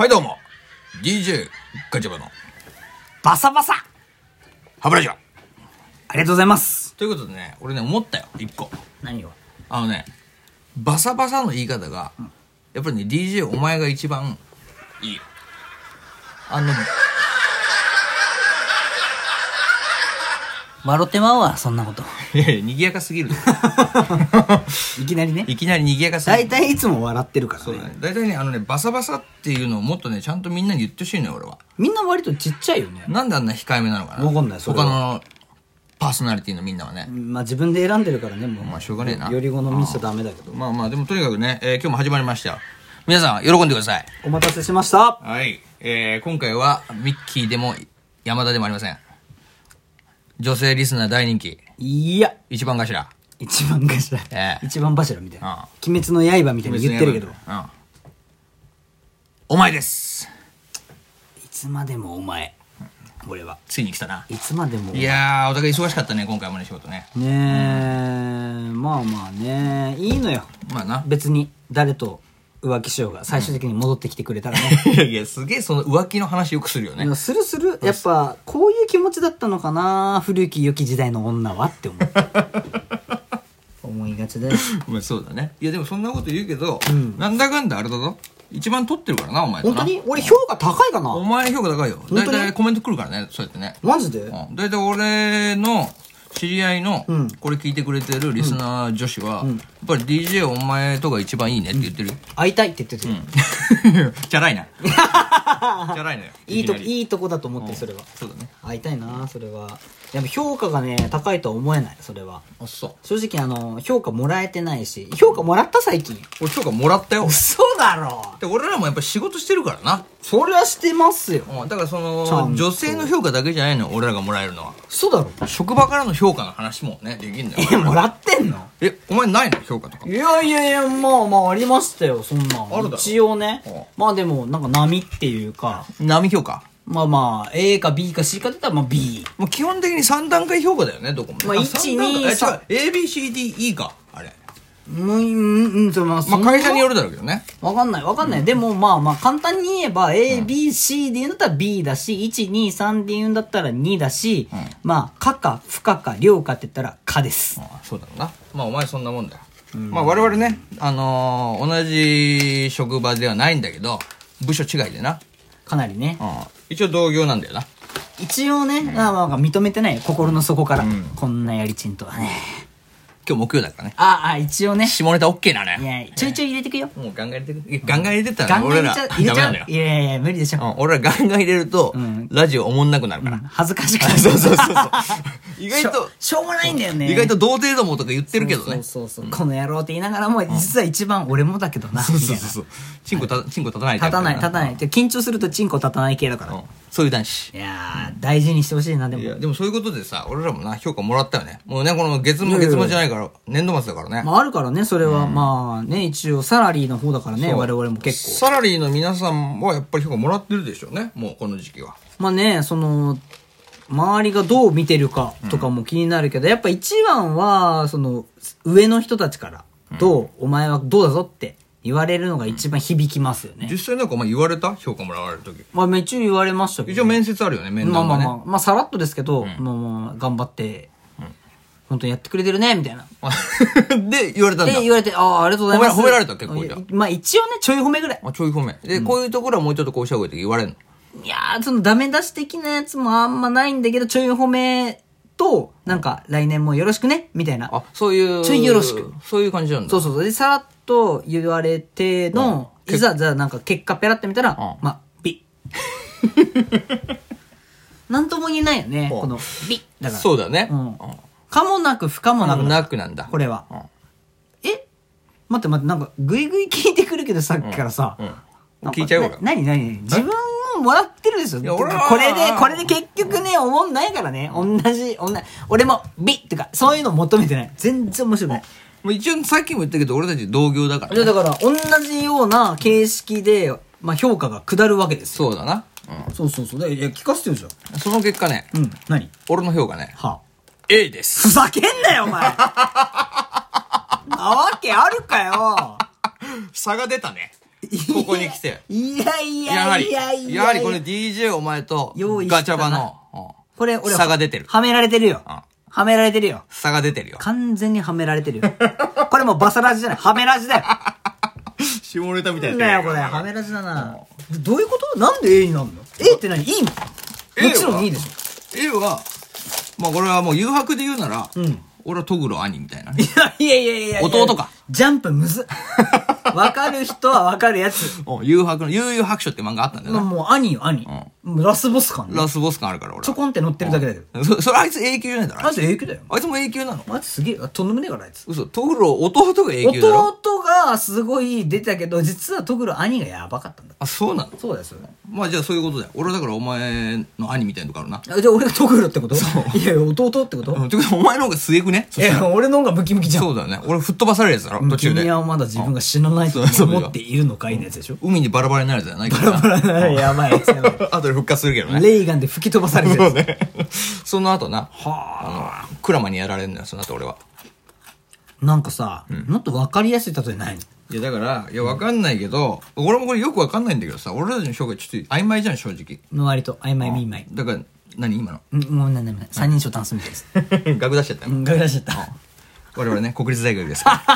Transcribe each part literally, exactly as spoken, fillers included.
はいどうも ディージェー ガチャバのバサバサハブラジオありがとうございます。 ということでね、俺ね思ったよ一個。 何を？ あのね、バサバサの言い方が、うん、やっぱりね ディージェー お前が一番いいよ。あの笑ってまうわそんなこと。 いやいや賑やかすぎるいきなりね。 いきなり賑やかすぎる。 大体いつも笑ってるからね。 そうだね。大体ねあのねバサバサっていうのをもっとねちゃんとみんなに言ってほしいのよ俺は。 みんな割とちっちゃいよね。 なんであんな控えめなのかな。 わかんない。それは他のパーソナリティのみんなはね。 まあ自分で選んでるからねもう。 まあしょうがねえな。 より好みしちゃダメだけど。 まあまあでもとにかくね、えー、今日も始まりましたよ。皆さん喜んでください。 お待たせしました。 はい、えー、今回はミッキーでも山田でもありません。女性リスナー大人気。 いや一番頭。 一番頭、 えー、 一番柱みたいな、 うん、 鬼滅の刃みたいに言ってるけど、うん、 お前です。 いつまでもお前、うん、俺はついに来たな。 いつまでも。 いやーお互い忙しかったね今回もね仕事ね。 ねえ、うん、まあまあねいいのよ。 まあな別に誰と浮気しようが最終的に戻ってきてくれたらね、 うん、いやいやすげえその浮気の話よくするよね。 するする。やっぱこういう気持ちだったのかな古き良き時代の女はって思う思いがちだよまあそうだね。いやでもそんなこと言うけど、うん、なんだかんだあれだぞ一番取ってるからなお前とな。 本当に俺評価高いかな。 お前評価高いよ。だいたいコメント来るからねそうやってね。 マジで？ うん、だいたい俺の知り合いのこれ聞いてくれてるリスナー女子は、うん、やっぱり ディージェー お前とか一番いいねって言ってるよ、うん、 会いたいって言ってる、 うん、チャラいなチャラいのよ。 いいといいとこだと思ってるそれは。 そうだね。 会いたいなそれは。やっぱ評価がね高いとは思えないそれは。 あそう。 正直あの評価もらえてないし。評価もらった最近。 俺評価もらったよ。 嘘だろ。 で俺らもやっぱ仕事してるからな。 そりゃしてますよ、 うん、だからその女性の評価だけじゃないの俺らがもらえるのは。 そうだろ。 職場からの評価の話もねできんだよ。 えもらってんの？ えお前ないの評価とか。 いやいやいやまあまあありましたよそんなん。 あるだろ一応ね。まあでもなんか波っていうか波評価。 まあまあ A か B か C かって言ったらまあ B。 もう基本的にさん段階評価だよねどこもね。 まあいち、に、さんエービーシーディーイー かあれ。 うんうんうんまあ、 まあ会社によるだろうけどね。 わかんないわかんない、うん、でもまあまあ簡単に言えば エービーシー で言うんだったら B だし、いち、に、さんで言うんだったらにだし、うん、まあ可か不可か良かって言ったら可です。 ああそうだろうな。まあお前そんなもんだよ。うん、まあ我々ねあのー、同じ職場ではないんだけど部署違いでな。 かなりね、 うん、一応同業なんだよな一応ね、うん、あまあ認めてない心の底から、うん、こんなやりちんとはね。 今日木曜だからね。 ああ一応ね下ネタ OK なのよ。 いやちょいちょい入れてくよ。 もうガンガン入れてく。ガンガン入れてたら俺ら入れちゃう。いやいや無理でしょ、 うん、俺らガンガン入れると、うん、ラジオおもんなくなるから、うん、 恥ずかしくなる。 そうそうそうそう意外としょうがないんだよね。 意外と童貞どもとか言ってるけどね。 そうそうそう、うん、この野郎って言いながらも実は一番俺もだけどな、うん、 そうそうそうチンコたチンコ立たない立たない立たないって緊張するとチンコ立たない系だから、うん、 そういう男子。 いやー大事にしてほしいな。でもいやでもそういうことでさ俺らもな評価もらったよね。もうねこの月も月末じゃないから年度末だからね。 まああるからねそれは、うん、まあね一応サラリーの方だからね我々も結構サラリーの皆さんはやっぱり評価もらってるでしょうねもうこの時期は。 まあねその周りがどう見てるかとかも気になるけど、うん、やっぱ一番はその上の人たちからどう、うん、お前はどうだぞって言われるのが一番響きますよね。 実際なんかお前言われた評価もらわれる時。 まあ一応言われましたけど、ね、 一応面接あるよね面談がね。 まあまあまあまあさらっとですけど、うん、まあまあ頑張って本当にやってくれてるねみたいなで言われたんだ。 で言われてああありがとうございます。 褒められた結構じゃん。 まあ一応ねちょい褒めぐらい。 あちょい褒めで、うん、こういうところはもうちょっとこうした方がいいって言われるの。 いやーそのダメ出し的なやつもあんまないんだけどちょい褒めとなんか来年もよろしくねみたいな。 あそういうちょいよろしくそういう感じなんだ。 そうそうそうでさらっと言われての、うん、いざじゃあなんか結果ペラって見たら、うん、まあビなんとも言えないよね、うん、このビだからそうだね、うん、 かもなく不可もなくなくなんだこれは、うん、え待って待ってなんかグイグイ聞いてくるけどさっきからさ、うんうん、 聞いちゃうからなになに自分ももらってるですよ。これでこれで結局ね思んないからね同じ同じ俺もビってかそういうの求めてない全然面白くない。 もう一応さっきも言ったけど俺たち同業だから、ね、 いやだから同じような形式で、まあ、評価が下るわけですよ。そうだな、 うん、そうそうそういや聞かせてるじゃん。 その結果ね、 うん、何俺の評価ね、 はあ、 A です。 ふざけんなよお前なわけあるかよ差が出たね。 いここに来て。 いやいやはり、 やいやいや。 やはりこれ ディージェー お前とガチャバの、 これ俺差が出てる。 はめられてるよ。はめられてるよ。 差が出てるよ。 完全にはめられてるよ。これもうバサラジじゃない。はめラジだよ。 下ネタみたいな。 なんだよこれ。はめラジだな。どういうこと？なんで A になるの？ A って何？いいの？もちろんいいでしょ。 A は、まあこれはもう誘白で言うなら、 うん。 俺はトグロ兄みたいな。 いやいやいやいや。 弟か。 ジャンプむずっ。わかる人はわかるやつ。 誘白の、悠々白書って漫画あったんだよな。 もう兄よ、兄。ラスボス感ね。 ラスボス感あるから俺は。 ちょこんって乗ってるだけだけど。 そ、それあいつ A 級じゃないだろ。 あいつ A 級だよ。 あいつも A 級なの？ あいつすげえ、とんでもねえからあいつ。 嘘、トグロ、弟が A 級だろ？ 弟がすごい出たけど、実はトグロ兄がやばかったんだ。 あ、そうなの？ そうですよ。 まあじゃあそういうことだよ。俺はだからお前の兄みたいなとこあるな。 あじゃあ俺がトグロってこと？いやいや、弟ってこと？ うん、てことはお前の方が末くね？ いや、俺の方がムキムキじゃん。 そうだよね。俺吹っ飛ばされるやつだろ、途中で。 君はまだ自分が死なないと思っているのかいのやつでしょ？ 海にバラバラになるやつじゃないからな。 バラバラな、やばいやつやばい。 後で復活するけどね。 レイガンで吹き飛ばされてるやつ。 ね。その後な、はあの、クラマにやられるんだよ、その後俺は。 なんかさ、もっとわかりやすい例えないの？ いやだから、いやわかんないけど、俺もこれよくわかんないんだけどさ、俺たちの紹介ちょっと曖昧じゃん、正直。 割と曖昧曖昧。 だから、何今のうんもうなんだめ三人称単数みたいです。 学出しちゃったよ。 うん、が出しちゃった。 我々ね、国立大学ですから。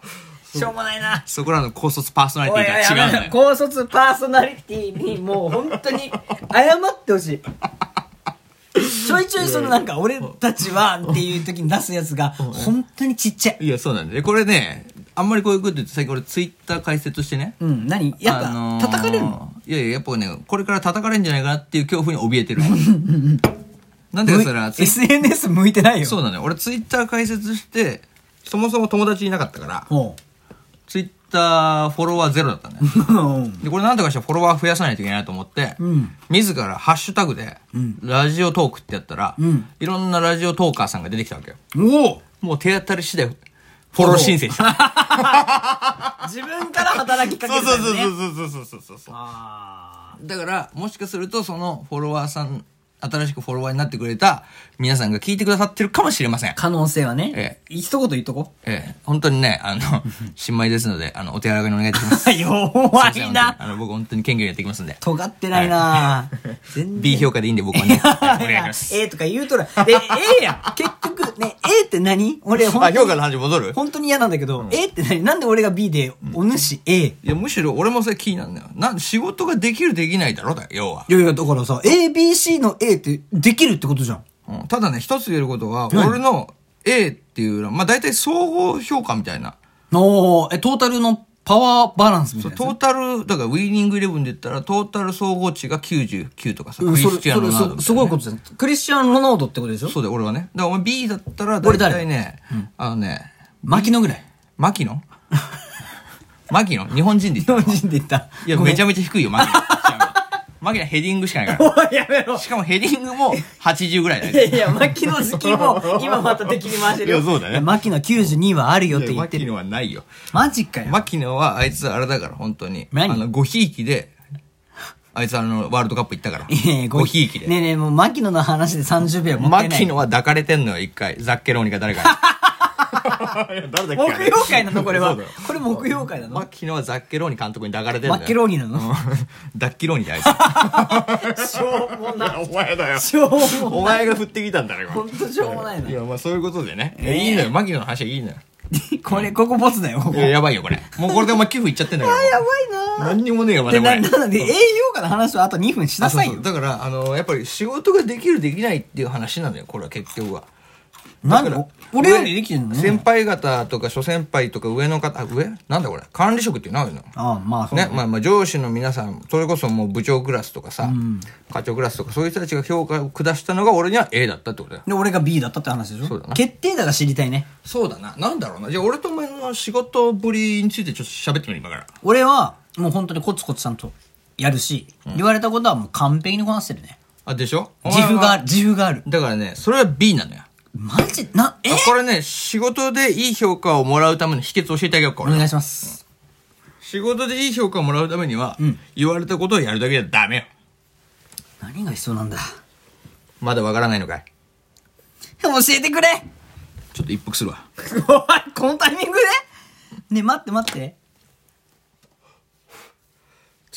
しょうもないな。 そこらの高卒パーソナリティが違うんだよ。 高卒パーソナリティにもう本当に謝ってほしい。ちょいちょいそのなんか俺たちはっていう時に出すやつが本当にちっちゃい。 いや、そうなんだよ。これね、あんまりこういうこと言って最近俺ツイッター解説してね。 うん、何やっぱ、 あのー叩かれるの？ いやいや、やっぱね、これから叩かれるんじゃないかなっていう恐怖に怯えてる。なんでかそれは、 エスエヌエス 向いてないよ。 そうなのよ。俺ツイッター解説して、そもそも友達いなかったから、 ほツイッターフォロワーゼロだったんだよ。で、これなんとかしてフォロワー増やさないといけないと思って、 うん自らハッシュタグで、ラジオトークってやったら、 んいろんなラジオトーカーさんが出てきたわけよ。 おおもう手当たり次第、フォロー申請した。 自分から働きかけるからね。 そうそうそうそうそうそう。 あだから、もしかすると、そのフォロワーさん、新しくフォロワーになってくれた皆さんが聞いてくださってるかもしれません。 可能性はね。 え一言言っとこ。 ええ、本当にね、あの、新米ですので、あの、お手柔らかにお願いいたします。 弱いな。 あの、僕本当に謙虚にやっていきますんで。 尖ってないな。全然 B 評価でいいんで僕はね。はいお願いします。 A とか言うとら、え、A やん。結局、ね、A って何？俺、ほんあ、評価の話戻る？ 本当に嫌なんだけど、A って何？なんで俺が B で、お主 A？ いや、むしろ俺もそれ気になるんだよ。なん仕事ができるできないだろだよ、要は。 いやいや、だからさ、A、B、C の A ってできるってことじゃん。 うんただね、一つ言えることは、 何俺の A っていうのは、まあ大体総合評価みたいな。 おー、え、トータルのパワーバランスみたいなやつ。 トータル、だからウィーニングイレブンで言ったら、トータル総合値がきゅうじゅうきゅうとかさ、 うんクリスチャン・ロナウドみたいなね、 それそすごいことじゃん。クリスチャン・ロナウドってことでしょ？ そうだよ、俺はね。だからお前 B だったら、大俺誰体ね、あのね、 牧野ぐらい。 牧野牧野日本人で日言った本人で言った。 いや、めちゃめちゃ低いよ、牧野。牧野ヘディングしかないから。 おい、やめろ。 しかもヘディングもはちじゅうぐらいだよ。 いやいや、牧野好きも、今また敵に回してるよ。 いやそうだね牧野きゅうじゅうにはあるよって言ってる。 牧野はないよ。 マジかよ。 牧野はあいつあれだから、本当に。 何あの、ごひいきで、あいつあの、ワールドカップ行ったから。 いやいやごひいきで。 ねえねえ、もう牧野の話でさんじゅうびょうもったいない。 牧野は抱かれてんのよ、一回。ザッケローニか誰かに。誰だっ木曜会なのこれはそうだよ。 これ木曜会なの牧野はザッケローニ監督に抱かれてんだよ。 マッケローニなのダッキローニであいつ。 しょうもない。 お前だよ。 しょうもない。 お前が振ってきたんだろ、 ほんとしょうもないな。 いや、まあそういうことでね。えいいのよ、牧野の話はいいのよ。 これ、ここボツだよ、ここ。 いや、やばいよ、これ。もうこれでお前寄付いっちゃってんだから。 やばいな何にもねえよ、まで、な、 だこれ。 なので、栄養価の話はあとにふんしなさいよそう。そうだから、あの、やっぱり仕事ができるできないっていう話なのよ、これは結局は。 何だから俺よりできてんのね。 先輩方とか諸先輩とか上の方、あ、上なんだこれ管理職っていうのあるのああ、まあ、そうね、まあまあ上司の皆さん、それこそもう部長クラスとかさ、課長クラスとかそういう人たちが評価を下したのが俺には A だったってことだよ。 で、俺が B だったって話でしょそうだな決定打が知りたいね。 そうだな。なんだろうな。じゃあ俺とお前の仕事ぶりについてちょっと喋ってみる今から。 俺は、もう本当にコツコツちゃんとやるし、言われたことはもう完璧にこなしてるね。 あ、でしょ自負がある、 る。 自負がある。 だからね、それは B なのよ。 マジな、えあこれね、仕事でいい評価をもらうための秘訣教えてあげようか、俺。 お願いします。 仕事でいい評価をもらうためには、 うん言われたことをやるだけじゃダメよ。 何が必要なんだまだわからないのかい。 教えてくれちょっと一服するわ。 おい、このタイミングでねえ、待って待って。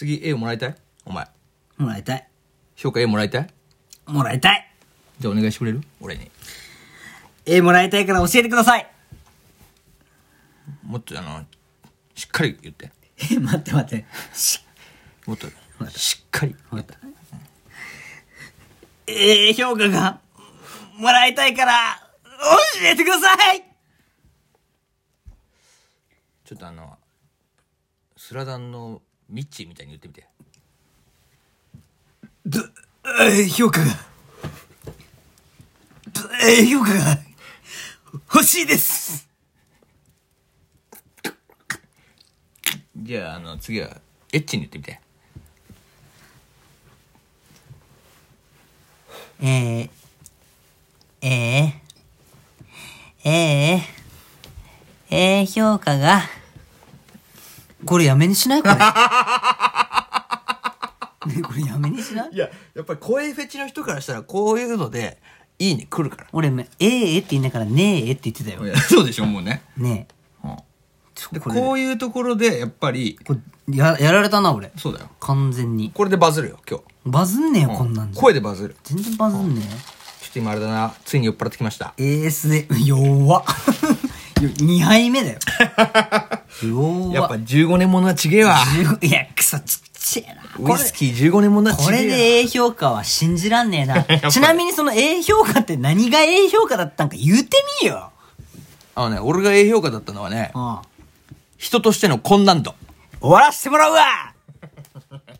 次 A もらいたいお前。 もらいたい。 評価 A もらいたいもらいたい。 じゃあお願いしてくれる俺に。 A もらいたいから教えてください。 もっとあの、しっかり言って。 え、待って待って。しもっと、しっかり言って。 えー、評価が、もらいたいから、教えてください。 ちょっとあの、スラダンのミッチーみたいに言ってみて。 ど、えー、評価が、ど、えー、評価が、欲しいです。 じゃあ、あの、次は、エッチに言ってみて。 えー、えー、えー、えー、評価が、これやめにしないこれ。ね、これやめにしないいや、やっぱり声フェチの人からしたら、こういうので、いいね来るから。 俺、えー、えって言いながら、ねえって言ってたよ。 そうでしょ、もうね。 ねえ。 うんでこういうところでやっぱりこれややられたな俺。 そうだよ。 完全にこれでバズるよ今日。 バズんねえよ、 うんこんなんじゃ声でバズる。 全然バズんねえ、 ちょっと今あれだな、ついに酔っ払ってきました。 エーエスエム 弱っにはいめだよ弱っ。 やっぱじゅうごねんものはちげえわ。 いやクソちっちゃいな。 ウイスキーじゅうごねんものはちげえわ。 これで A 評価は信じらんねえなちなみにその A 評価って何が A 評価だったんか言うてみよ。 あのね、俺が A 評価だったのはね、 ああ、 人としての困難度。 終わらせてもらうわ。